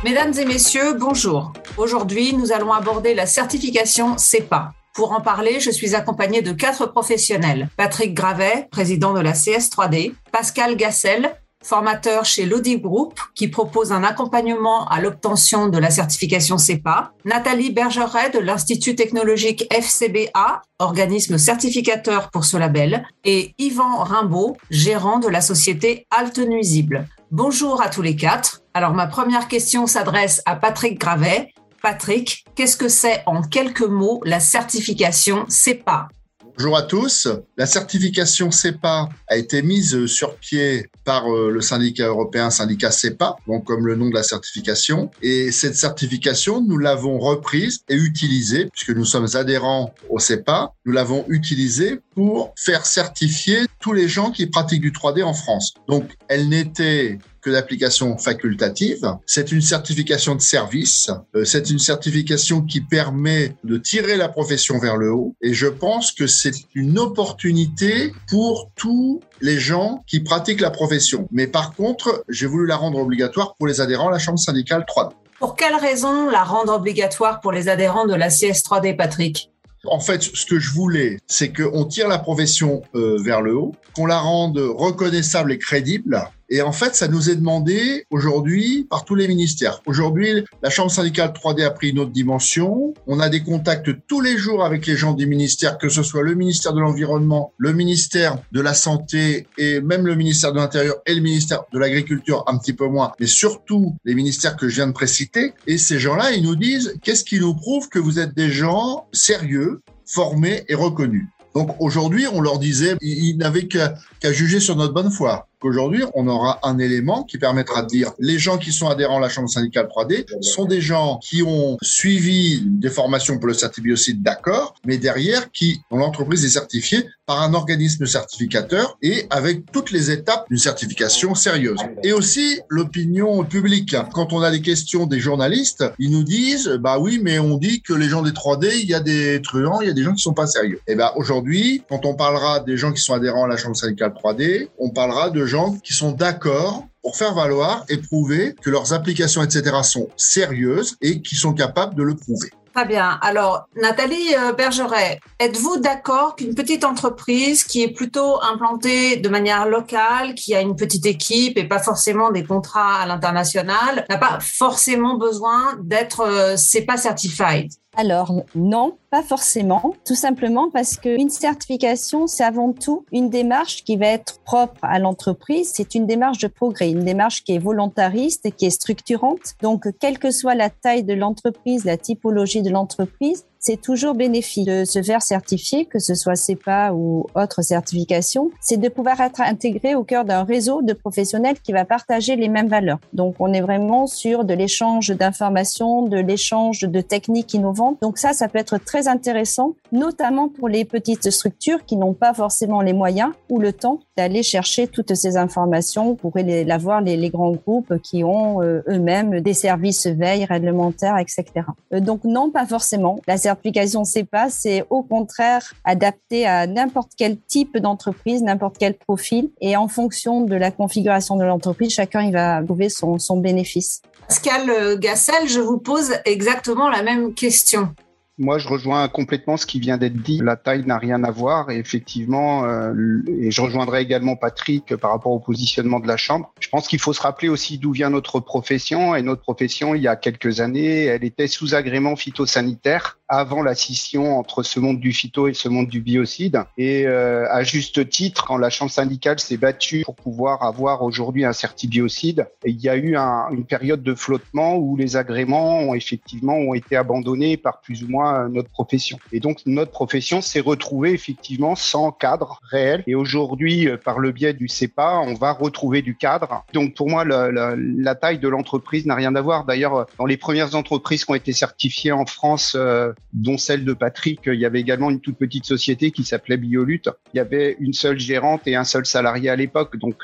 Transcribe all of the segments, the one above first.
Mesdames et messieurs, bonjour. Aujourd'hui, nous allons aborder la certification CEPA. Pour en parler, je suis accompagnée de 4 professionnels. Patrick Gravet, président de la CS3D, Pascal Gassel, formateur chez l'Audi Group, qui propose un accompagnement à l'obtention de la certification CEPA, Nathalie Bergeret de l'Institut technologique FCBA, organisme certificateur pour ce label, et Yvan Rimbaud, gérant de la société Halte Nuisible. Bonjour à tous les 4. Alors, ma première question s'adresse à Patrick Gravet. Patrick, qu'est-ce que c'est en quelques mots la certification CEPA ? Bonjour à tous. La certification CEPA a été mise sur pied par le syndicat européen, syndicat CEPA, donc comme le nom de la certification. Et cette certification, nous l'avons reprise et utilisée, puisque nous sommes adhérents au CEPA, nous l'avons utilisée pour faire certifier tous les gens qui pratiquent du 3D en France. Donc, elle n'était que d'application facultative. C'est une certification de service. C'est une certification qui permet de tirer la profession vers le haut. Et je pense que c'est une opportunité pour tous les gens qui pratiquent la profession. Mais par contre, j'ai voulu la rendre obligatoire pour les adhérents à la chambre syndicale 3D. Pour quelle raison la rendre obligatoire pour les adhérents de la CS3D, Patrick ? En fait, ce que je voulais, c'est qu'on tire la profession vers le haut, qu'on la rende reconnaissable et crédible. Et en fait, ça nous est demandé aujourd'hui par tous les ministères. Aujourd'hui, la chambre syndicale 3D a pris une autre dimension. On a des contacts tous les jours avec les gens des ministères, que ce soit le ministère de l'Environnement, le ministère de la Santé et même le ministère de l'Intérieur et le ministère de l'Agriculture, un petit peu moins, mais surtout les ministères que je viens de préciter. Et ces gens-là, ils nous disent, qu'est-ce qui nous prouve que vous êtes des gens sérieux, formés et reconnus? Donc aujourd'hui, on leur disait, ils n'avaient qu'à juger sur notre bonne foi. Qu'aujourd'hui, on aura un élément qui permettra de dire les gens qui sont adhérents à la chambre syndicale 3D sont des gens qui ont suivi des formations pour le certibiocide, d'accord, mais derrière, dont l'entreprise est certifiée par un organisme certificateur et avec toutes les étapes d'une certification sérieuse. Et aussi l'opinion publique. Quand on a des questions des journalistes, ils nous disent, bah oui, mais on dit que les gens des 3D, il y a des truands, il y a des gens qui sont pas sérieux. Et ben aujourd'hui, quand on parlera des gens qui sont adhérents à la chambre syndicale 3D, on parlera de gens qui sont d'accord pour faire valoir et prouver que leurs applications, etc. sont sérieuses et qui sont capables de le prouver. Très bien. Alors, Nathalie Bergeret, êtes-vous d'accord qu'une petite entreprise qui est plutôt implantée de manière locale, qui a une petite équipe et pas forcément des contrats à l'international, n'a pas forcément besoin d'être CEPA certified ? Alors non, pas forcément, tout simplement parce qu'une certification, c'est avant tout une démarche qui va être propre à l'entreprise. C'est une démarche de progrès, une démarche qui est volontariste, qui est structurante. Donc, quelle que soit la taille de l'entreprise, la typologie de l'entreprise, c'est toujours bénéfique de se faire certifier, que ce soit CEPA ou autre certification. C'est de pouvoir être intégré au cœur d'un réseau de professionnels qui va partager les mêmes valeurs. Donc, on est vraiment sur de l'échange d'informations, de l'échange de techniques innovantes. Donc ça peut être très intéressant, notamment pour les petites structures qui n'ont pas forcément les moyens ou le temps d'aller chercher toutes ces informations pour l'avoir les grands groupes qui ont eux-mêmes des services veille réglementaires, etc. Donc non, pas forcément. La certification CEPA, c'est au contraire adapté à n'importe quel type d'entreprise, n'importe quel profil. Et en fonction de la configuration de l'entreprise, chacun il va trouver son bénéfice. Pascal Gassel, je vous pose exactement la même question. Moi, je rejoins complètement ce qui vient d'être dit. La taille n'a rien à voir. Et effectivement, et je rejoindrai également Patrick par rapport au positionnement de la Chambre. Je pense qu'il faut se rappeler aussi d'où vient notre profession. Et notre profession, il y a quelques années, elle était sous agrément phytosanitaire avant la scission entre ce monde du phyto et ce monde du biocide. Et à juste titre, quand la Chambre syndicale s'est battue pour pouvoir avoir aujourd'hui un certibiocide, il y a eu une période de flottement où les agréments ont été abandonnés par plus ou moins notre profession. Et donc, notre profession s'est retrouvée effectivement sans cadre réel. Et aujourd'hui, par le biais du CEPA, on va retrouver du cadre. Donc, pour moi, la taille de l'entreprise n'a rien à voir. D'ailleurs, dans les premières entreprises qui ont été certifiées en France, dont celle de Patrick, il y avait également une toute petite société qui s'appelait Biolute. Il y avait une seule gérante et un seul salarié à l'époque. Donc,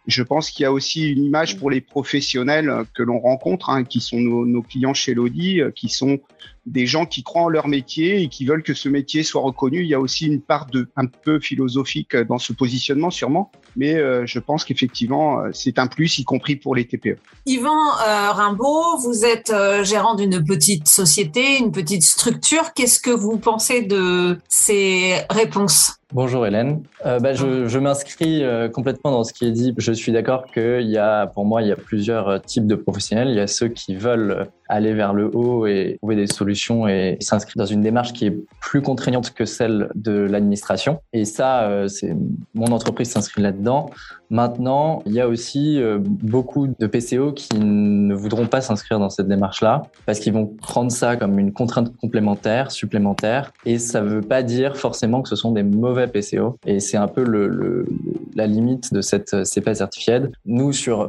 Je pense qu'il y a aussi une image pour les professionnels que l'on rencontre, qui sont nos clients chez l'Audi, qui sont des gens qui croient en leur métier et qui veulent que ce métier soit reconnu. Il y a aussi une part un peu philosophique dans ce positionnement sûrement, mais je pense qu'effectivement c'est un plus, y compris pour les TPE. Yvan Rimbaud, vous êtes gérant d'une petite société, une petite structure. Qu'est-ce que vous pensez de ces réponses ? Bonjour Hélène. Je m'inscris complètement dans ce qui est dit. Je suis d'accord pour moi, il y a plusieurs types de professionnels. Il y a ceux qui veulent aller vers le haut et trouver des solutions et s'inscrire dans une démarche qui est plus contraignante que celle de l'administration. Et ça, mon entreprise s'inscrit là-dedans. Maintenant, il y a aussi beaucoup de PCO qui ne voudront pas s'inscrire dans cette démarche-là parce qu'ils vont prendre ça comme une contrainte complémentaire, supplémentaire. Et ça ne veut pas dire forcément que ce sont des mauvais PCO. Et c'est un peu la limite de cette CEPA Certified. Moi,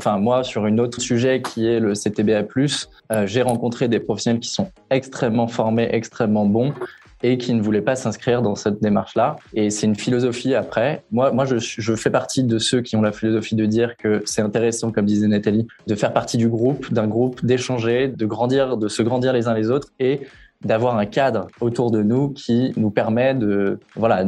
sur un autre sujet qui est le CTBA+, j'ai rencontré des professionnels qui sont extrêmement formés, extrêmement bons et qui ne voulaient pas s'inscrire dans cette démarche-là. Et c'est une philosophie après. Moi, je fais partie de ceux qui ont la philosophie de dire que c'est intéressant, comme disait Nathalie, de faire partie d'un groupe, d'échanger, de se grandir les uns les autres et d'avoir un cadre autour de nous qui nous permet de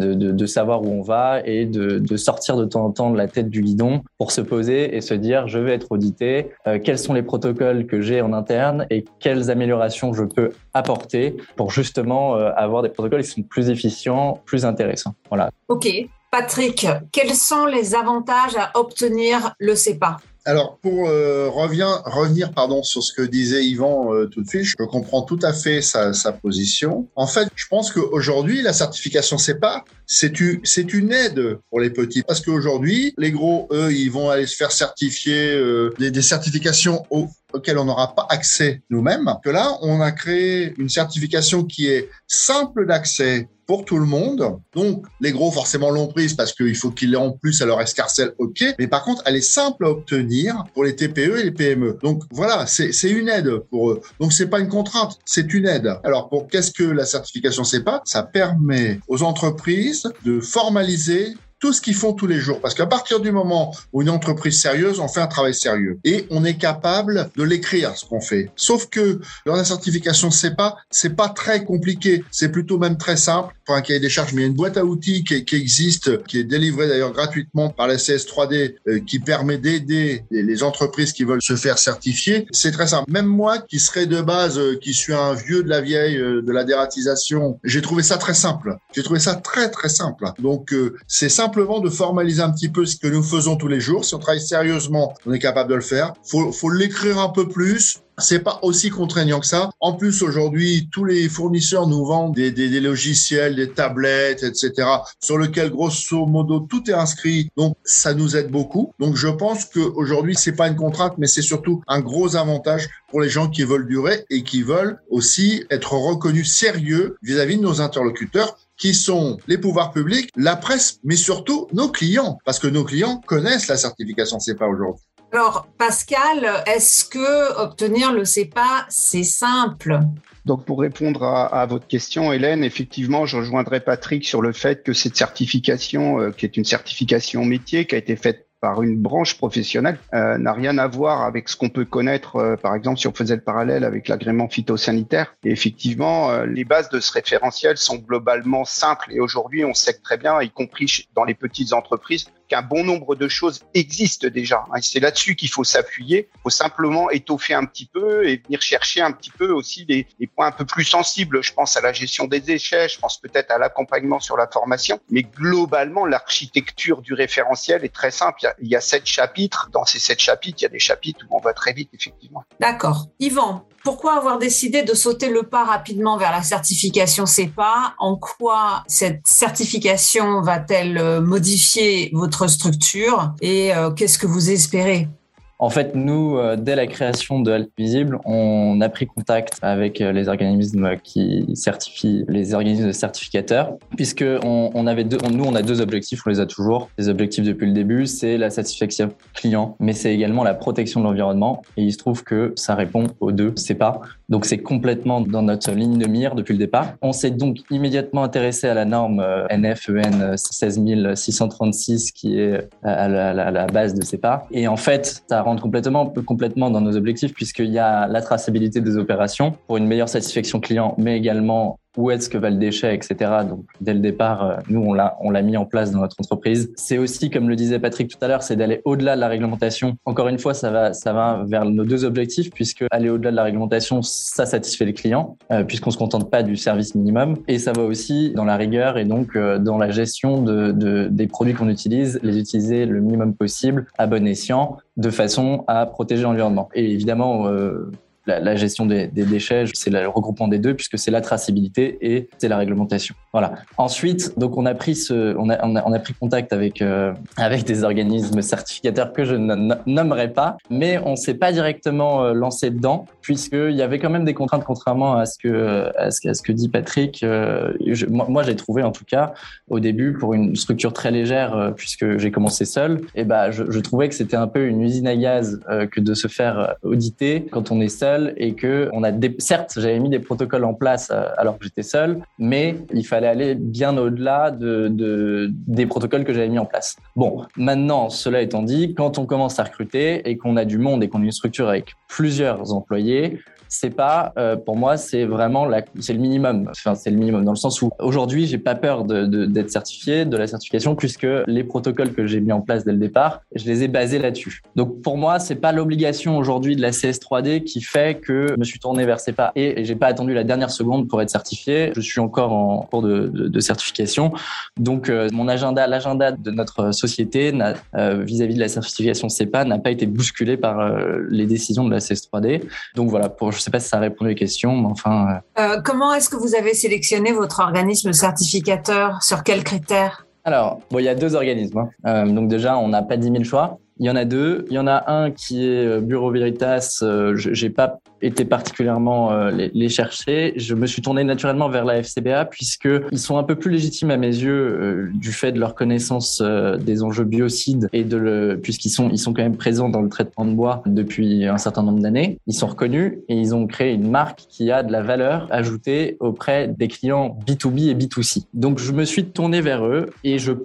savoir où on va et de sortir de temps en temps de la tête du guidon pour se poser et se dire je vais être audité, quels sont les protocoles que j'ai en interne et quelles améliorations je peux apporter pour justement avoir des protocoles qui sont plus efficients, plus intéressants. Voilà. Ok. Patrick, quels sont les avantages à obtenir le CEPA ? Alors, pour revenir sur ce que disait Yvan tout de suite, je comprends tout à fait sa position. En fait, je pense qu'aujourd'hui, la certification CEPA, c'est une aide pour les petits. Parce qu'aujourd'hui, les gros, eux, ils vont aller se faire certifier des certifications auxquelles on n'aura pas accès nous-mêmes. Que là, on a créé une certification qui est simple d'accès pour tout le monde. Donc, les gros, forcément, l'ont prise parce qu'il faut qu'ils l'aient en plus à leur escarcelle, ok. Mais par contre, elle est simple à obtenir pour les TPE et les PME. Donc, voilà, c'est une aide pour eux. Donc, c'est pas une contrainte, c'est une aide. Alors, qu'est-ce que la certification CEPA ? Ça permet aux entreprises de formaliser tout ce qu'ils font tous les jours. Parce qu'à partir du moment où une entreprise sérieuse, on fait un travail sérieux. Et on est capable de l'écrire, ce qu'on fait. Sauf que dans la certification CEPA, c'est pas très compliqué. C'est plutôt même très simple. Pour un cahier des charges, mais il y a une boîte à outils qui existe, qui est délivrée d'ailleurs gratuitement par la CS3D, qui permet d'aider les entreprises qui veulent se faire certifier. C'est très simple. Même moi, qui serais de base, qui suis un vieux de la vieille, de la dératisation, j'ai trouvé ça très simple. J'ai trouvé ça très, très simple. Donc, c'est simplement de formaliser un petit peu ce que nous faisons tous les jours. Si on travaille sérieusement, on est capable de le faire. Faut l'écrire un peu plus. C'est pas aussi contraignant que ça. En plus, aujourd'hui, tous les fournisseurs nous vendent des logiciels, des tablettes, etc., sur lesquels, grosso modo, tout est inscrit. Donc, ça nous aide beaucoup. Donc, je pense qu'aujourd'hui, c'est pas une contrainte, mais c'est surtout un gros avantage pour les gens qui veulent durer et qui veulent aussi être reconnus sérieux vis-à-vis de nos interlocuteurs, qui sont les pouvoirs publics, la presse, mais surtout nos clients, parce que nos clients connaissent la certification CEPA aujourd'hui. Alors, Pascal, est-ce que obtenir le CEPA, c'est simple ? Donc, pour répondre à votre question, Hélène, effectivement, je rejoindrai Patrick sur le fait que cette certification, qui est une certification métier, qui a été faite par une branche professionnelle, n'a rien à voir avec ce qu'on peut connaître, par exemple, si on faisait le parallèle avec l'agrément phytosanitaire. Et effectivement, les bases de ce référentiel sont globalement simples. Et aujourd'hui, on sait très bien, y compris dans les petites entreprises, qu'un bon nombre de choses existent déjà. Et c'est là-dessus qu'il faut s'appuyer. Il faut simplement étoffer un petit peu et venir chercher un petit peu aussi les points un peu plus sensibles. Je pense à la gestion des déchets, je pense peut-être à l'accompagnement sur la formation. Mais globalement, l'architecture du référentiel est très simple. Il y a 7 chapitres. Dans ces 7 chapitres, il y a des chapitres où on va très vite, effectivement. D'accord. Yvan, pourquoi avoir décidé de sauter le pas rapidement vers la certification CEPA ? En quoi cette certification va-t-elle modifier votre structure et qu'est-ce que vous espérez ? En fait, nous, dès la création de Health Visible, on a pris contact avec les organismes qui certifient, les organismes certificateurs, puisque on a deux objectifs, on les a toujours. Les objectifs depuis le début, c'est la satisfaction client, mais c'est également la protection de l'environnement. Et il se trouve que ça répond aux deux, c'est pas. Donc c'est complètement dans notre ligne de mire depuis le départ. On s'est donc immédiatement intéressé à la norme NF-EN 16636 qui est à la base de CEPA. Et en fait, ça rentre complètement dans nos objectifs puisqu'il y a la traçabilité des opérations pour une meilleure satisfaction client, mais également où est-ce que va le déchet, etc. Donc, dès le départ, nous, on l'a mis en place dans notre entreprise. C'est aussi, comme le disait Patrick tout à l'heure, c'est d'aller au-delà de la réglementation. Encore une fois, ça va vers nos deux objectifs, puisque aller au-delà de la réglementation, ça satisfait les clients, puisqu'on se contente pas du service minimum. Et ça va aussi dans la rigueur et donc dans la gestion des produits qu'on utilise, les utiliser le minimum possible, à bon escient, de façon à protéger l'environnement. Et évidemment, la gestion des déchets, c'est le regroupement des deux puisque c'est la traçabilité et c'est la réglementation. Voilà. Ensuite, donc on a pris contact avec des organismes certificateurs que je ne nommerai pas, mais on s'est pas directement lancé dedans puisqu'il y avait quand même des contraintes contrairement à ce que dit Patrick. Moi, j'ai trouvé en tout cas au début pour une structure très légère puisque j'ai commencé seul, et je trouvais que c'était un peu une usine à gaz que de se faire auditer quand on est seul. Et que certes, j'avais mis des protocoles en place alors que j'étais seul, mais il fallait aller bien au-delà des protocoles que j'avais mis en place. Bon, maintenant, cela étant dit, quand on commence à recruter et qu'on a du monde et qu'on a une structure avec plusieurs employés, c'est pas, pour moi, c'est vraiment c'est le minimum. Enfin, c'est le minimum dans le sens où aujourd'hui, j'ai pas peur d'être certifié, de la certification, puisque les protocoles que j'ai mis en place dès le départ, je les ai basés là-dessus. Donc, pour moi, c'est pas l'obligation aujourd'hui de la CS3D qui fait que je me suis tourné vers CEPA et j'ai pas attendu la dernière seconde pour être certifié. Je suis encore en cours de certification. Donc, l'agenda de notre société vis-à-vis de la certification CEPA n'a pas été bousculé par les décisions de la CS3D. Donc, voilà, je ne sais pas si ça a répondu aux questions, mais enfin... Comment est-ce que vous avez sélectionné votre organisme certificateur? Sur quels critères? Alors, il y a deux organismes. Donc déjà, on n'a pas 10 000 choix. Il y en a deux. Il y en a un qui est Bureau Veritas. J'ai pas été particulièrement les chercher. Je me suis tourné naturellement vers la FCBA puisque ils sont un peu plus légitimes à mes yeux du fait de leur connaissance des enjeux biocides et puisqu'ils sont quand même présents dans le traitement de bois depuis un certain nombre d'années. Ils sont reconnus et ils ont créé une marque qui a de la valeur ajoutée auprès des clients B2B et B2C. Donc je me suis tourné vers eux et je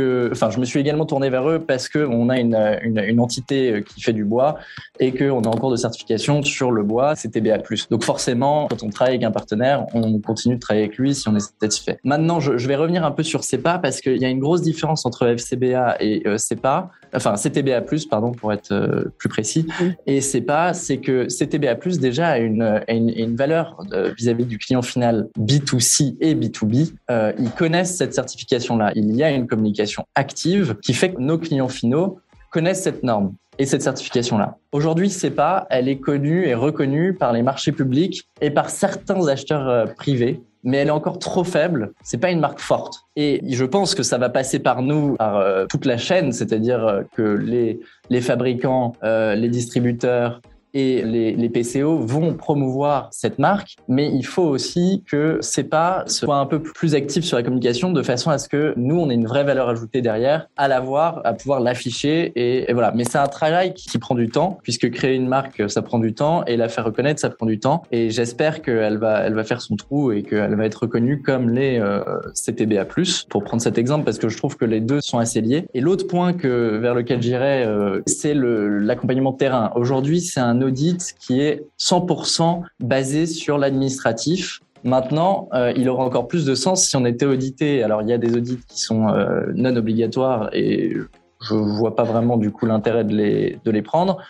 me suis également tourné vers eux parce que on a une entité qui fait du bois et qu'on est en cours de certification sur le bois, c'est TBA+. Donc forcément, quand on travaille avec un partenaire, on continue de travailler avec lui si on est satisfait. Maintenant, je vais revenir un peu sur CEPA parce qu'il y a une grosse différence entre FCBA et CEPA, enfin CTBA+, pardon, pour être plus précis. Oui. Et CEPA, c'est que CTBA+, déjà a une valeur vis-à-vis du client final B2C et B2B. Ils connaissent cette certification-là. Il y a une communication active qui fait que nos clients finaux connaissent cette norme et cette certification-là. Aujourd'hui, CEPA, elle est connue et reconnue par les marchés publics et par certains acheteurs privés, mais elle est encore trop faible. C'est pas une marque forte. Et je pense que ça va passer par nous, par toute la chaîne, c'est-à-dire que les fabricants, les distributeurs et les PCO vont promouvoir cette marque, mais il faut aussi que CEPA soit un peu plus actif sur la communication de façon à ce que nous, on ait une vraie valeur ajoutée derrière, à l'avoir, à pouvoir l'afficher et voilà. Mais c'est un travail qui prend du temps, puisque créer une marque, ça prend du temps et la faire reconnaître, ça prend du temps. Et j'espère qu'elle va faire son trou et qu'elle va être reconnue comme les CTBA+, pour prendre cet exemple, parce que je trouve que les deux sont assez liés. Et l'autre point vers lequel j'irais, c'est l'accompagnement terrain. Aujourd'hui, c'est un audit qui est 100% basé sur l'administratif. Maintenant, il aura encore plus de sens si on était audité. Alors, il y a des audits qui sont non obligatoires et je vois pas vraiment du coup l'intérêt de les prendre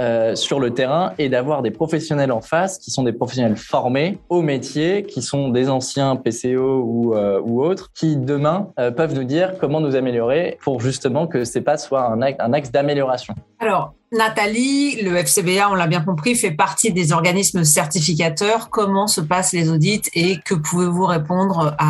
sur le terrain et d'avoir des professionnels en face qui sont des professionnels formés au métier, qui sont des anciens PCO ou autres, qui demain peuvent nous dire comment nous améliorer pour justement que CEPA soit un axe d'amélioration. Alors, Nathalie, le FCBA, on l'a bien compris, fait partie des organismes certificateurs. Comment se passent les audits et que pouvez-vous répondre à Yvan ?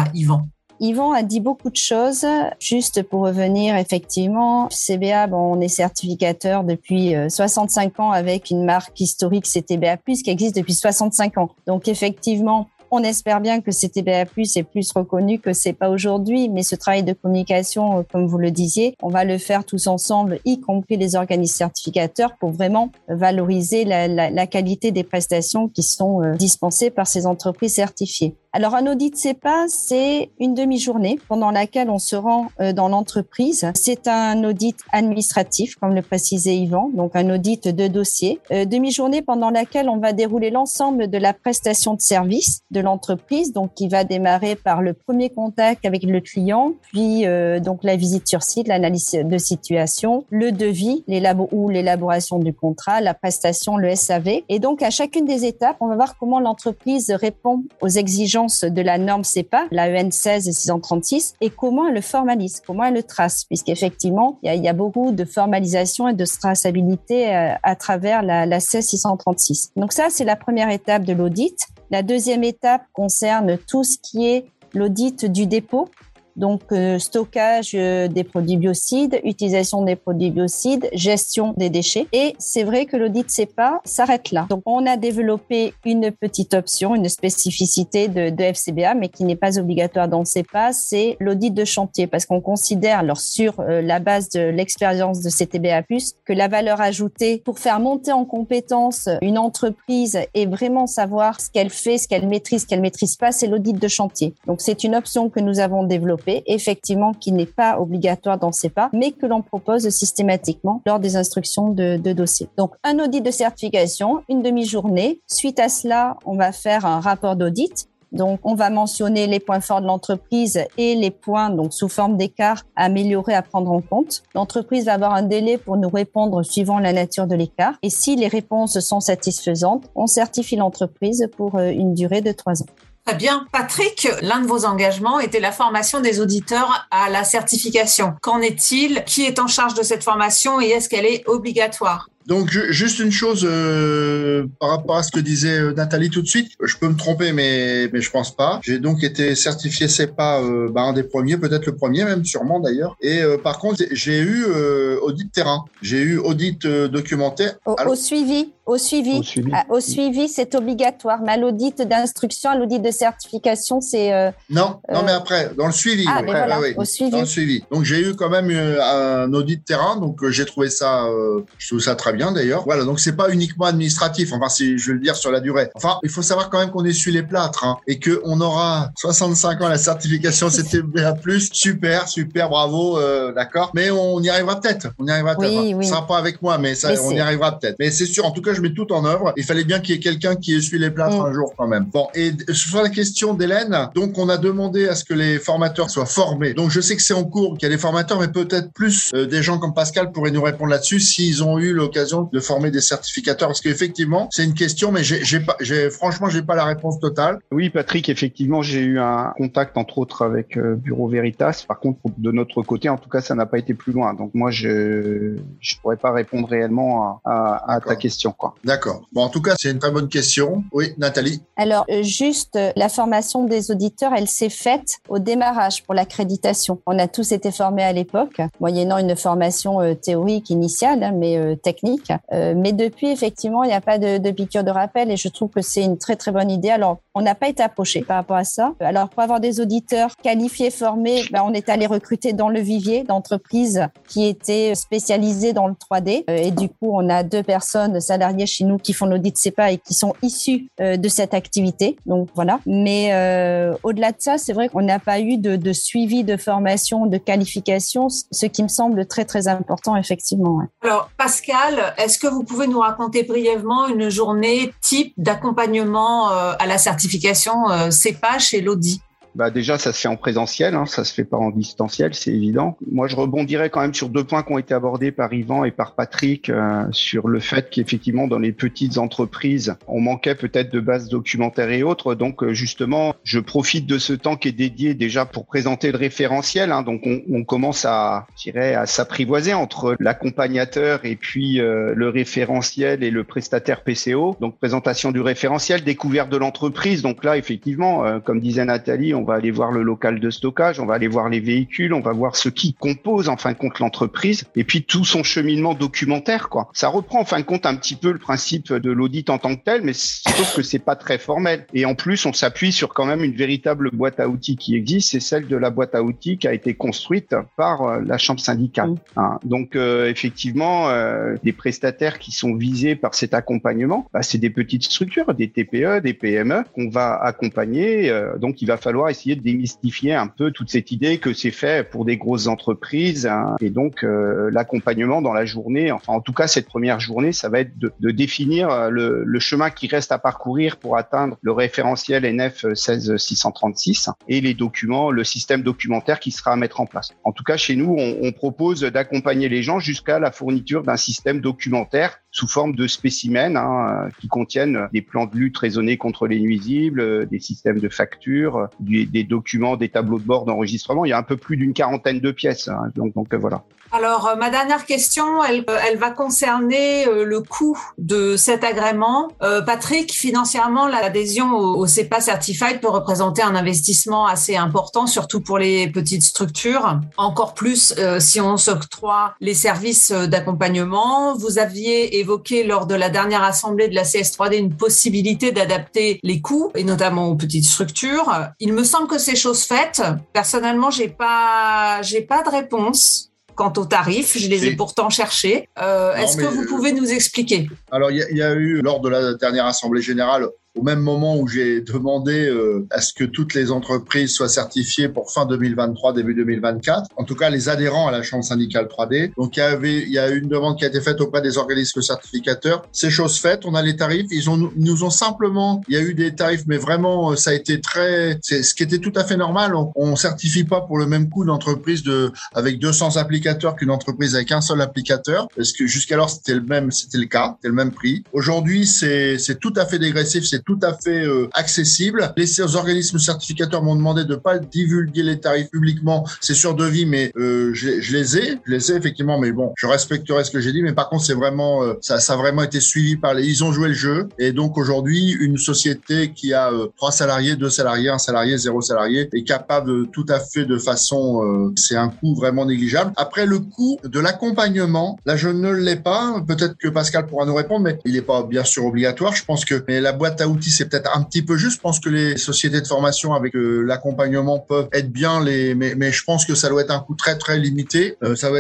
Yvan a dit beaucoup de choses. Juste pour revenir, effectivement, CBA, on est certificateur depuis 65 ans avec une marque historique CTBA+, qui existe depuis 65 ans. Donc, effectivement, on espère bien que CTBA+ est plus reconnu que c'est pas aujourd'hui, mais ce travail de communication, comme vous le disiez, on va le faire tous ensemble, y compris les organismes certificateurs, pour vraiment valoriser la qualité des prestations qui sont dispensées par ces entreprises certifiées. Alors, un audit CEPA, c'est une demi-journée pendant laquelle on se rend dans l'entreprise. C'est un audit administratif, comme le précisait Yvan, donc un audit de dossier. Demi-journée pendant laquelle on va dérouler l'ensemble de la prestation de service de l'entreprise, donc qui va démarrer par le premier contact avec le client, puis donc la visite sur site, l'analyse de situation, le devis, l'élaboration du contrat, la prestation, le SAV. Et donc, à chacune des étapes, on va voir comment l'entreprise répond aux exigences de la norme CEPA, la EN 16 et 636, et comment elle le formalise, comment elle le trace, puisqu'effectivement, il y a beaucoup de formalisation et de traçabilité à travers la 16 636. Donc ça, c'est la première étape de l'audit. La deuxième étape concerne tout ce qui est l'audit du dépôt. Donc, stockage des produits biocides, utilisation des produits biocides, gestion des déchets. Et c'est vrai que l'audit CEPA s'arrête là. Donc, on a développé une petite option, une spécificité de FCBA, mais qui n'est pas obligatoire dans CEPA, c'est l'audit de chantier. Parce qu'on considère, alors sur la base de l'expérience de CTBA+, que la valeur ajoutée pour faire monter en compétence une entreprise et vraiment savoir ce qu'elle fait, ce qu'elle maîtrise pas, c'est l'audit de chantier. Donc, c'est une option que nous avons développée, effectivement, qui n'est pas obligatoire dans CEPA, mais que l'on propose systématiquement lors des instructions de dossier. Donc, un audit de certification, une demi-journée. Suite à cela, on va faire un rapport d'audit. Donc, on va mentionner les points forts de l'entreprise et les points, donc sous forme d'écart, à améliorer, à prendre en compte. L'entreprise va avoir un délai pour nous répondre suivant la nature de l'écart. Et si les réponses sont satisfaisantes, on certifie l'entreprise pour une durée de 3 ans. Très bien. Patrick, l'un de vos engagements était la formation des auditeurs à la certification. Qu'en est-il? Qui est en charge de cette formation et est-ce qu'elle est obligatoire? Donc, juste une chose par rapport à ce que disait Nathalie tout de suite. Je peux me tromper, mais je pense pas. J'ai donc été certifié CEPA, un des premiers, peut-être le premier même, sûrement d'ailleurs. Et par contre, j'ai eu audit terrain. J'ai eu audit documentaire. Au suivi. Au suivi, c'est obligatoire. Mais à l'audit d'instruction, à l'audit de certification, c'est... Non, mais après, dans le suivi. Ah, mais voilà, oui, au suivi. Dans le suivi. Donc, j'ai eu quand même un audit terrain. Donc, j'ai trouvé ça, je trouve ça très bien d'ailleurs. Voilà, donc c'est pas uniquement administratif. Enfin, je vais le dire sur la durée. Enfin, il faut savoir quand même qu'on essuie les plâtres, et que on aura 65 ans à la certification CTBA+. Super, bravo, d'accord. Mais on y arrivera peut-être. Oui. Ce sera pas avec moi, mais on y arrivera peut-être. Mais c'est sûr. En tout cas, je mets tout en œuvre. Il fallait bien qu'il y ait quelqu'un qui essuie les plâtres un jour quand même. Bon, et sur la question d'Hélène, donc on a demandé à ce que les formateurs soient formés. Donc je sais que c'est en cours, qu'il y a des formateurs, mais peut-être plus des gens comme Pascal pourraient nous répondre là-dessus s'ils ont eu l'occasion de former des certificateurs, parce qu'effectivement, c'est une question, mais franchement, j'ai pas la réponse totale. Oui, Patrick, effectivement, j'ai eu un contact, entre autres, avec Bureau Veritas. Par contre, de notre côté, en tout cas, ça n'a pas été plus loin. Donc, moi, je pourrais pas répondre réellement à ta question, quoi. D'accord. Bon, en tout cas, c'est une très bonne question. Oui, Nathalie. Alors, juste, la formation des auditeurs, elle s'est faite au démarrage pour l'accréditation. On a tous été formés à l'époque, moyennant une formation théorique initiale, mais technique. Mais depuis, effectivement, il n'y a pas de piqûre de rappel et je trouve que c'est une très, très bonne idée. Alors, on n'a pas été approché par rapport à ça. Alors, pour avoir des auditeurs qualifiés, formés, on est allé recruter dans le vivier d'entreprises qui étaient spécialisées dans le 3D. Et du coup, on a 2 personnes salariées chez nous qui font l'audit CEPA et qui sont issues de cette activité. Donc, voilà. Mais au-delà de ça, c'est vrai qu'on n'a pas eu de suivi de formation, de qualification, ce qui me semble très, très important, effectivement. Ouais. Alors, Pascal, est-ce que vous pouvez nous raconter brièvement une journée type d'accompagnement à la certification CEPA chez l'Audi? Déjà, ça se fait en présentiel, ça se fait pas en distanciel, c'est évident. Moi, je rebondirais quand même sur 2 points qui ont été abordés par Yvan et par Patrick sur le fait qu'effectivement, dans les petites entreprises, on manquait peut-être de bases documentaires et autres. Donc, justement, je profite de ce temps qui est dédié déjà pour présenter le référentiel. Donc, on commence à s'apprivoiser entre l'accompagnateur et puis le référentiel et le prestataire PCO. Donc, présentation du référentiel, découverte de l'entreprise. Donc là, effectivement, comme disait Nathalie, on va aller voir le local de stockage, on va aller voir les véhicules, on va voir ce qui compose en fin de compte l'entreprise et puis tout son cheminement documentaire, quoi. Ça reprend en fin de compte un petit peu le principe de l'audit en tant que tel, mais sauf que c'est pas très formel. Et en plus, on s'appuie sur quand même une véritable boîte à outils qui existe, c'est celle de la boîte à outils qui a été construite par la chambre syndicale. Donc effectivement, les prestataires qui sont visés par cet accompagnement, c'est des petites structures, des TPE, des PME qu'on va accompagner. Donc il va falloir essayer de démystifier un peu toute cette idée que c'est fait pour des grosses entreprises, et donc l'accompagnement dans la journée, enfin en tout cas cette première journée, ça va être de définir le chemin qui reste à parcourir pour atteindre le référentiel NF 16636 et les documents, le système documentaire qui sera à mettre en place. En tout cas, chez nous, on propose d'accompagner les gens jusqu'à la fourniture d'un système documentaire sous forme de spécimens qui contiennent des plans de lutte raisonnés contre les nuisibles, des systèmes de factures, des documents, des tableaux de bord d'enregistrement. Il y a un peu plus d'une quarantaine de pièces. Donc voilà. Alors, ma dernière question, elle va concerner le coût de cet agrément. Patrick, financièrement, l'adhésion au CEPA Certified peut représenter un investissement assez important, surtout pour les petites structures. Encore plus si on s'octroie les services d'accompagnement. Vous aviez évoqué lors de la dernière assemblée de la CS3D une possibilité d'adapter les coûts, et notamment aux petites structures. Il me semble que c'est chose faite. Personnellement, j'ai pas de réponse quant aux tarifs, je les ai pourtant cherchés. Est-ce que vous pouvez nous expliquer ? Alors, il y a eu, lors de la dernière Assemblée générale, au même moment où j'ai demandé à ce que toutes les entreprises soient certifiées pour fin 2023, début 2024, en tout cas les adhérents à la Chambre syndicale 3D. Donc il y a une demande qui a été faite auprès des organismes certificateurs. C'est chose faite, on a les tarifs. Il y a eu des tarifs, mais vraiment ça a été c'est ce qui était tout à fait normal. On certifie pas pour le même coût d'entreprise avec 200 applicateurs qu'une entreprise avec un seul applicateur, parce que jusqu'alors c'était le même prix. Aujourd'hui c'est tout à fait dégressif, c'est tout à fait accessible. Les organismes certificateurs m'ont demandé de pas divulguer les tarifs publiquement. C'est sur devis, mais je les ai effectivement. Mais bon, je respecterai ce que j'ai dit. Mais par contre, c'est vraiment ça a vraiment été suivi ils ont joué le jeu. Et donc aujourd'hui, une société qui a 3 salariés, 2 salariés, 1 salarié, 0 salarié est capable tout à fait de façon. C'est un coût vraiment négligeable. Après, le coût de l'accompagnement, là, je ne l'ai pas. Peut-être que Pascal pourra nous répondre, mais il n'est pas bien sûr obligatoire. Je pense que la boîte à outils, c'est peut-être un petit peu juste. Je pense que les sociétés de formation avec l'accompagnement peuvent être bien, mais je pense que ça doit être un coût très très limité.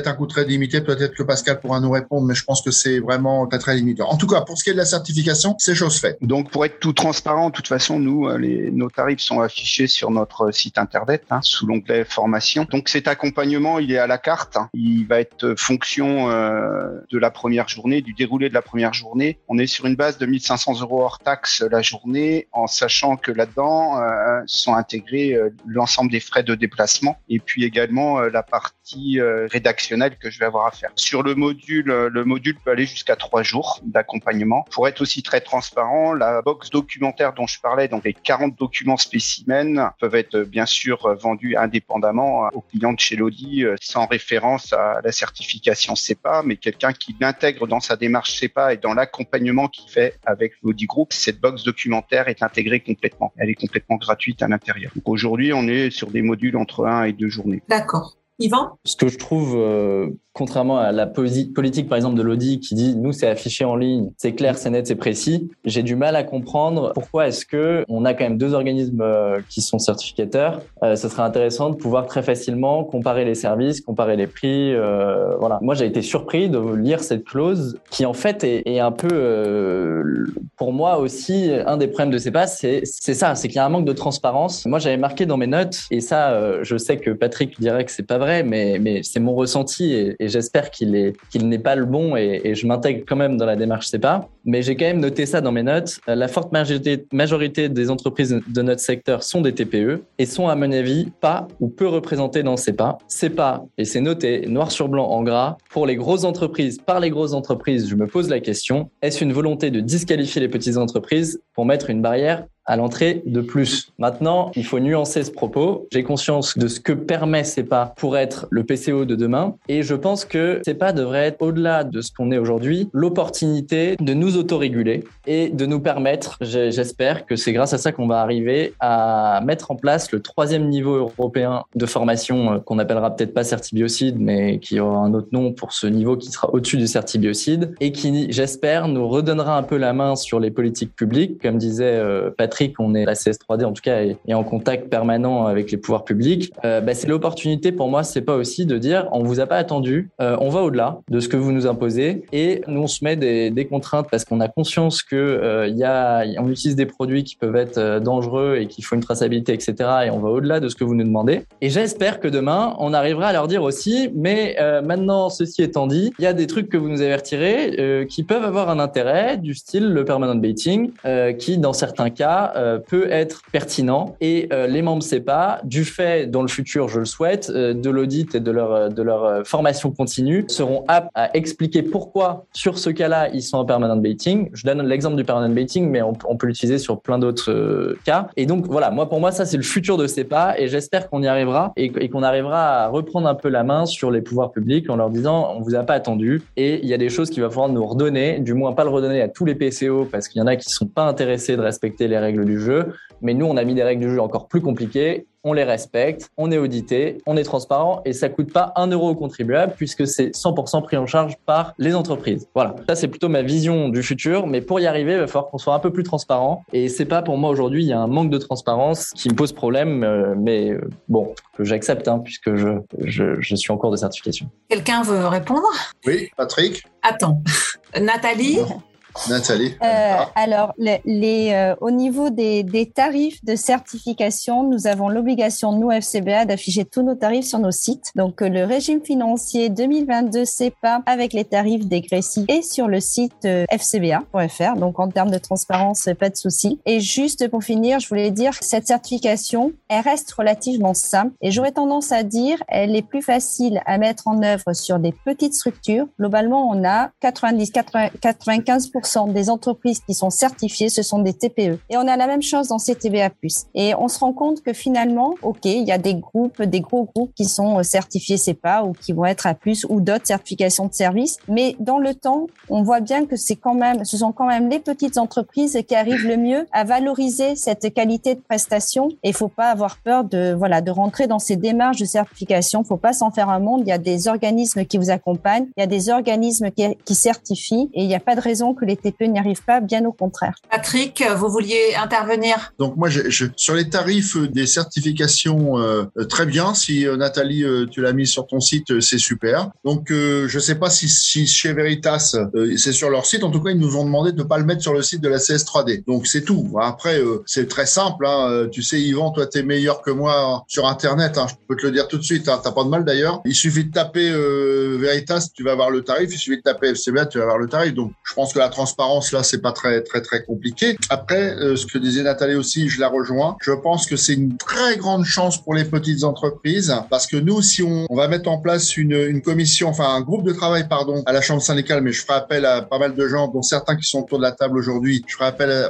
Peut-être que Pascal pourra nous répondre, mais je pense que c'est vraiment très très limité. En tout cas, pour ce qui est de la certification, c'est chose faite. Donc pour être tout transparent, de toute façon, nous, nos tarifs sont affichés sur notre site internet sous l'onglet formation. Donc cet accompagnement, il est à la carte. Il va être fonction de la première journée, du déroulé de la première journée. On est sur une base de 1 500 € hors taxe la journée, en sachant que là-dedans sont intégrés l'ensemble des frais de déplacement et puis également la partie rédactionnelle que je vais avoir à faire. Sur le module peut aller jusqu'à 3 jours d'accompagnement. Pour être aussi très transparent, la box documentaire dont je parlais, donc les 40 documents spécimens, peuvent être bien sûr vendus indépendamment aux clients de chez l'Audi, sans référence à la certification CEPA, mais quelqu'un qui l'intègre dans sa démarche CEPA et dans l'accompagnement qu'il fait avec l'Audi Group, cette box documentaire est intégrée complètement. Elle est complètement gratuite à l'intérieur. Donc aujourd'hui, on est sur des modules entre 1 et 2 journées. D'accord. Yvan ? Ce que je trouve, contrairement à la politique, par exemple, de l'Audi qui dit « nous, c'est affiché en ligne, c'est clair, c'est net, c'est précis », j'ai du mal à comprendre pourquoi est-ce que on a quand même 2 organismes qui sont certificateurs. Ce serait intéressant de pouvoir très facilement comparer les services, comparer les prix. Voilà. Moi, j'ai été surpris de lire cette clause qui, en fait, est un peu, pour moi aussi, un des problèmes de CEPA, c'est ça, c'est qu'il y a un manque de transparence. Moi, j'avais marqué dans mes notes, et ça, je sais que Patrick dirait que c'est pas vrai, mais c'est mon ressenti et j'espère qu'il n'est pas le bon et je m'intègre quand même dans la démarche CEPA. Mais j'ai quand même noté ça dans mes notes. La forte majorité des entreprises de notre secteur sont des TPE et sont, à mon avis, pas ou peu représentées dans CEPA. CEPA, et c'est noté noir sur blanc en gras, pour les grosses entreprises, par les grosses entreprises, je me pose la question, est-ce une volonté de disqualifier les petites entreprises pour mettre une barrière à l'entrée de plus? Maintenant, il faut nuancer ce propos. J'ai conscience de ce que permet CEPA pour être le PCO de demain et je pense que CEPA devrait être, au-delà de ce qu'on est aujourd'hui, l'opportunité de nous nous autoréguler et de nous permettre, j'espère que c'est grâce à ça qu'on va arriver à mettre en place le 3e niveau européen de formation qu'on appellera peut-être pas Certibiocide, mais qui aura un autre nom pour ce niveau qui sera au-dessus du Certibiocide et qui, j'espère, nous redonnera un peu la main sur les politiques publiques. Comme disait Patrick, on est la CS3D en tout cas et en contact permanent avec les pouvoirs publics. C'est l'opportunité pour moi, c'est pas aussi de dire on vous a pas attendu, on va au-delà de ce que vous nous imposez et nous on se met des contraintes parce qu'on a conscience que on utilise des produits qui peuvent être dangereux et qu'il faut une traçabilité, etc. Et on va au-delà de ce que vous nous demandez. Et j'espère que demain, on arrivera à leur dire aussi, mais maintenant, ceci étant dit, il y a des trucs que vous nous avez retirés qui peuvent avoir un intérêt, du style le permanent baiting, qui dans certains cas peut être pertinent. Et les membres CEPA, du fait, dans le futur, je le souhaite, de l'audit et de leur formation continue, seront aptes à expliquer pourquoi, sur ce cas-là, ils sont en permanent baiting. Je donne l'exemple du permanent baiting, mais on peut l'utiliser sur plein d'autres cas. Et donc, voilà, pour moi, ça, c'est le futur de CEPA et j'espère qu'on y arrivera et qu'on arrivera à reprendre un peu la main sur les pouvoirs publics en leur disant, on vous a pas attendu et il y a des choses qu'il va falloir nous redonner, du moins pas le redonner à tous les PCO parce qu'il y en a qui sont pas intéressés de respecter les règles du jeu. Mais nous, on a mis des règles du jeu encore plus compliquées. On les respecte, on est audité, on est transparent et ça coûte pas 1 euro au contribuable puisque c'est 100% pris en charge par les entreprises. Voilà. Ça, c'est plutôt ma vision du futur. Mais pour y arriver, il va falloir qu'on soit un peu plus transparent. Et c'est pas pour moi aujourd'hui, il y a un manque de transparence qui me pose problème. Mais bon, que j'accepte puisque je suis en cours de certification. Quelqu'un veut répondre? Oui, Patrick. Attends. Nathalie? Nathalie. Alors, au niveau des tarifs de certification, nous avons l'obligation, nous, FCBA, d'afficher tous nos tarifs sur nos sites. Donc, le régime financier 2022 CEPA avec les tarifs dégressifs est sur le site fcba.fr. Donc, en termes de transparence, pas de souci. Et juste pour finir, je voulais dire que cette certification, elle reste relativement simple. Et j'aurais tendance à dire, elle est plus facile à mettre en œuvre sur des petites structures. Globalement, on a 95% des entreprises qui sont certifiées, ce sont des TPE. Et on a la même chose dans CTBA+. Et on se rend compte que finalement, il y a des gros groupes qui sont certifiés CEPA ou qui vont être A+, ou d'autres certifications de services. Mais dans le temps, on voit bien que ce sont quand même les petites entreprises qui arrivent le mieux à valoriser cette qualité de prestation. Et il faut pas avoir peur de rentrer dans ces démarches de certification. Faut pas s'en faire un monde. Il y a des organismes qui vous accompagnent. Il y a des organismes qui certifient et il n'y a pas de raison que les TPE n'y arrivent pas, bien au contraire. Patrick, vous vouliez intervenir? Donc moi, sur les tarifs des certifications, très bien. Si Nathalie, tu l'as mis sur ton site, c'est super. Donc je sais pas si chez Veritas, c'est sur leur site. En tout cas, ils nous ont demandé de ne pas le mettre sur le site de la CS3D. Donc c'est tout. Après, c'est très simple. Tu sais, Yvan, toi, t'es meilleur que moi sur Internet. Je peux te le dire tout de suite. T'as pas de mal d'ailleurs. Il suffit de taper Veritas, tu vas avoir le tarif. Il suffit de taper FCBA, tu vas avoir le tarif. Donc je pense que la transparence là, c'est pas très très très compliqué. Après, ce que disait Nathalie aussi, je la rejoins. Je pense que c'est une très grande chance pour les petites entreprises parce que nous, si on va mettre en place une commission, enfin un groupe de travail, à la chambre syndicale, mais je ferai appel à pas mal de gens, dont certains qui sont autour de la table aujourd'hui. Je ferai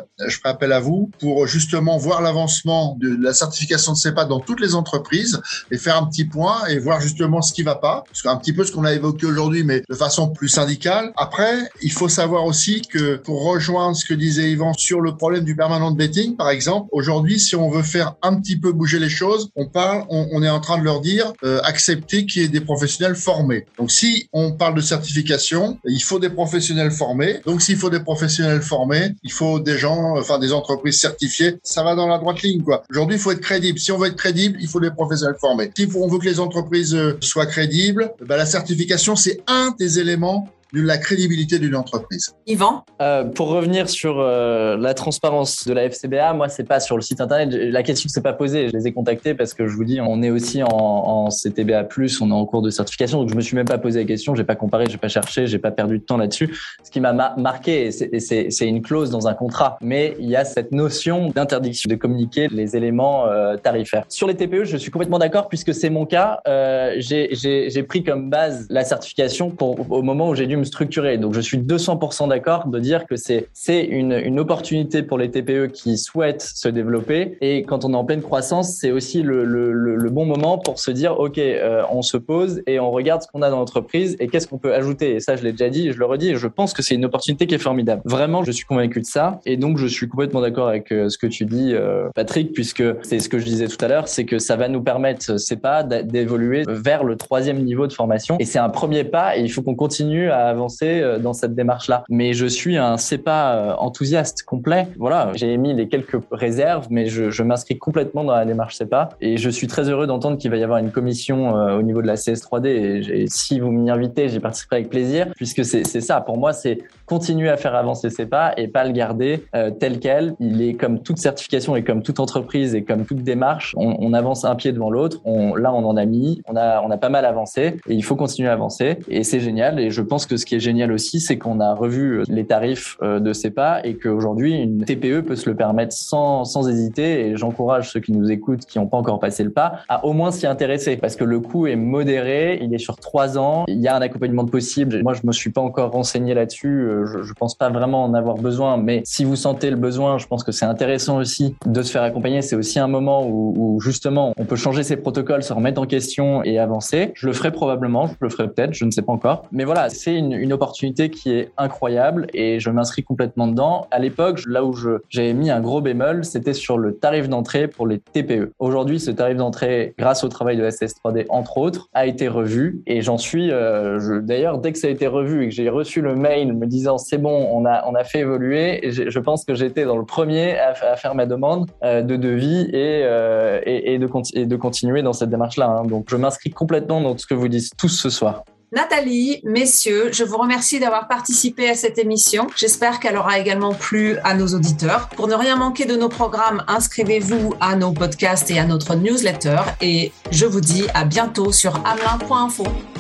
appel à vous pour justement voir l'avancement de la certification de CEPA dans toutes les entreprises et faire un petit point et voir justement ce qui va pas, parce qu'un petit peu ce qu'on a évoqué aujourd'hui, mais de façon plus syndicale. Après, il faut savoir aussi que pour rejoindre ce que disait Yvan sur le problème du permanent betting, par exemple, aujourd'hui, si on veut faire un petit peu bouger les choses, on est en train de leur dire accepter qu'il y ait des professionnels formés. Donc, si on parle de certification, il faut des professionnels formés. Donc, s'il faut des professionnels formés, il faut des gens, des entreprises certifiées. Ça va dans la droite ligne, quoi. Aujourd'hui, il faut être crédible. Si on veut être crédible, il faut des professionnels formés. Si on veut que les entreprises soient crédibles, la certification, c'est un des éléments de la crédibilité d'une entreprise. Yvan? Pour revenir sur la transparence de la FCBA, moi, c'est pas sur le site internet. La question ne s'est pas posée. Je les ai contactés parce que je vous dis, on est aussi en CTBA+, on est en cours de certification. Donc, je me suis même pas posé la question. J'ai pas comparé, j'ai pas cherché, j'ai pas perdu de temps là-dessus. Ce qui m'a marqué, c'est une clause dans un contrat. Mais il y a cette notion d'interdiction de communiquer les éléments tarifaires. Sur les TPE, je suis complètement d'accord puisque c'est mon cas. J'ai pris comme base la certification au moment où j'ai dû prime structurée. Donc, je suis 200% d'accord de dire que c'est une opportunité pour les TPE qui souhaitent se développer. Et quand on est en pleine croissance, c'est aussi le bon moment pour se dire, OK, on se pose et on regarde ce qu'on a dans l'entreprise et qu'est-ce qu'on peut ajouter. Et ça, je l'ai déjà dit et je le redis. Et je pense que c'est une opportunité qui est formidable. Vraiment, je suis convaincu de ça. Et donc, je suis complètement d'accord avec ce que tu dis, Patrick, puisque c'est ce que je disais tout à l'heure, c'est que ça va nous permettre, CEPA, d'évoluer vers le 3e niveau de formation. Et c'est un premier pas et il faut qu'on continue à avancer dans cette démarche-là. Mais je suis un CEPA enthousiaste complet. Voilà, j'ai émis les quelques réserves, mais je m'inscris complètement dans la démarche CEPA. Et je suis très heureux d'entendre qu'il va y avoir une commission au niveau de la CS3D. Et si vous m'y invitez, j'y participerai avec plaisir, puisque c'est ça. Pour moi, c'est continuer à faire avancer CEPA et pas le garder tel quel. Il est comme toute certification et comme toute entreprise et comme toute démarche, on avance un pied devant l'autre. Là, on en a mis, on a pas mal avancé et il faut continuer à avancer. Et c'est génial. Et je pense que ce qui est génial aussi, c'est qu'on a revu les tarifs de CEPA et qu'aujourd'hui, une TPE peut se le permettre sans hésiter. Et j'encourage ceux qui nous écoutent, qui n'ont pas encore passé le pas, à au moins s'y intéresser parce que le coût est modéré. Il est sur 3 ans. Il y a un accompagnement possible. Moi, je me suis pas encore renseigné là-dessus. Je pense pas vraiment en avoir besoin, mais si vous sentez le besoin, je pense que c'est intéressant aussi de se faire accompagner. C'est aussi un moment où justement, on peut changer ses protocoles, se remettre en question et avancer. Je le ferai probablement, je le ferai peut-être, je ne sais pas encore. Mais voilà, c'est une opportunité qui est incroyable et je m'inscris complètement dedans. À l'époque, là où j'avais mis un gros bémol, c'était sur le tarif d'entrée pour les TPE. Aujourd'hui, ce tarif d'entrée, grâce au travail de la CS3D, entre autres, a été revu et j'en suis, d'ailleurs, dès que ça a été revu et que j'ai reçu le mail me disant c'est bon, on a fait évoluer, et je pense que j'étais dans le premier à faire ma demande de devis et de continuer dans cette démarche-là. Hein. Donc, je m'inscris complètement dans ce que vous dites tous ce soir. Nathalie, messieurs, je vous remercie d'avoir participé à cette émission. J'espère qu'elle aura également plu à nos auditeurs. Pour ne rien manquer de nos programmes, inscrivez-vous à nos podcasts et à notre newsletter. Et je vous dis à bientôt sur amelin.info.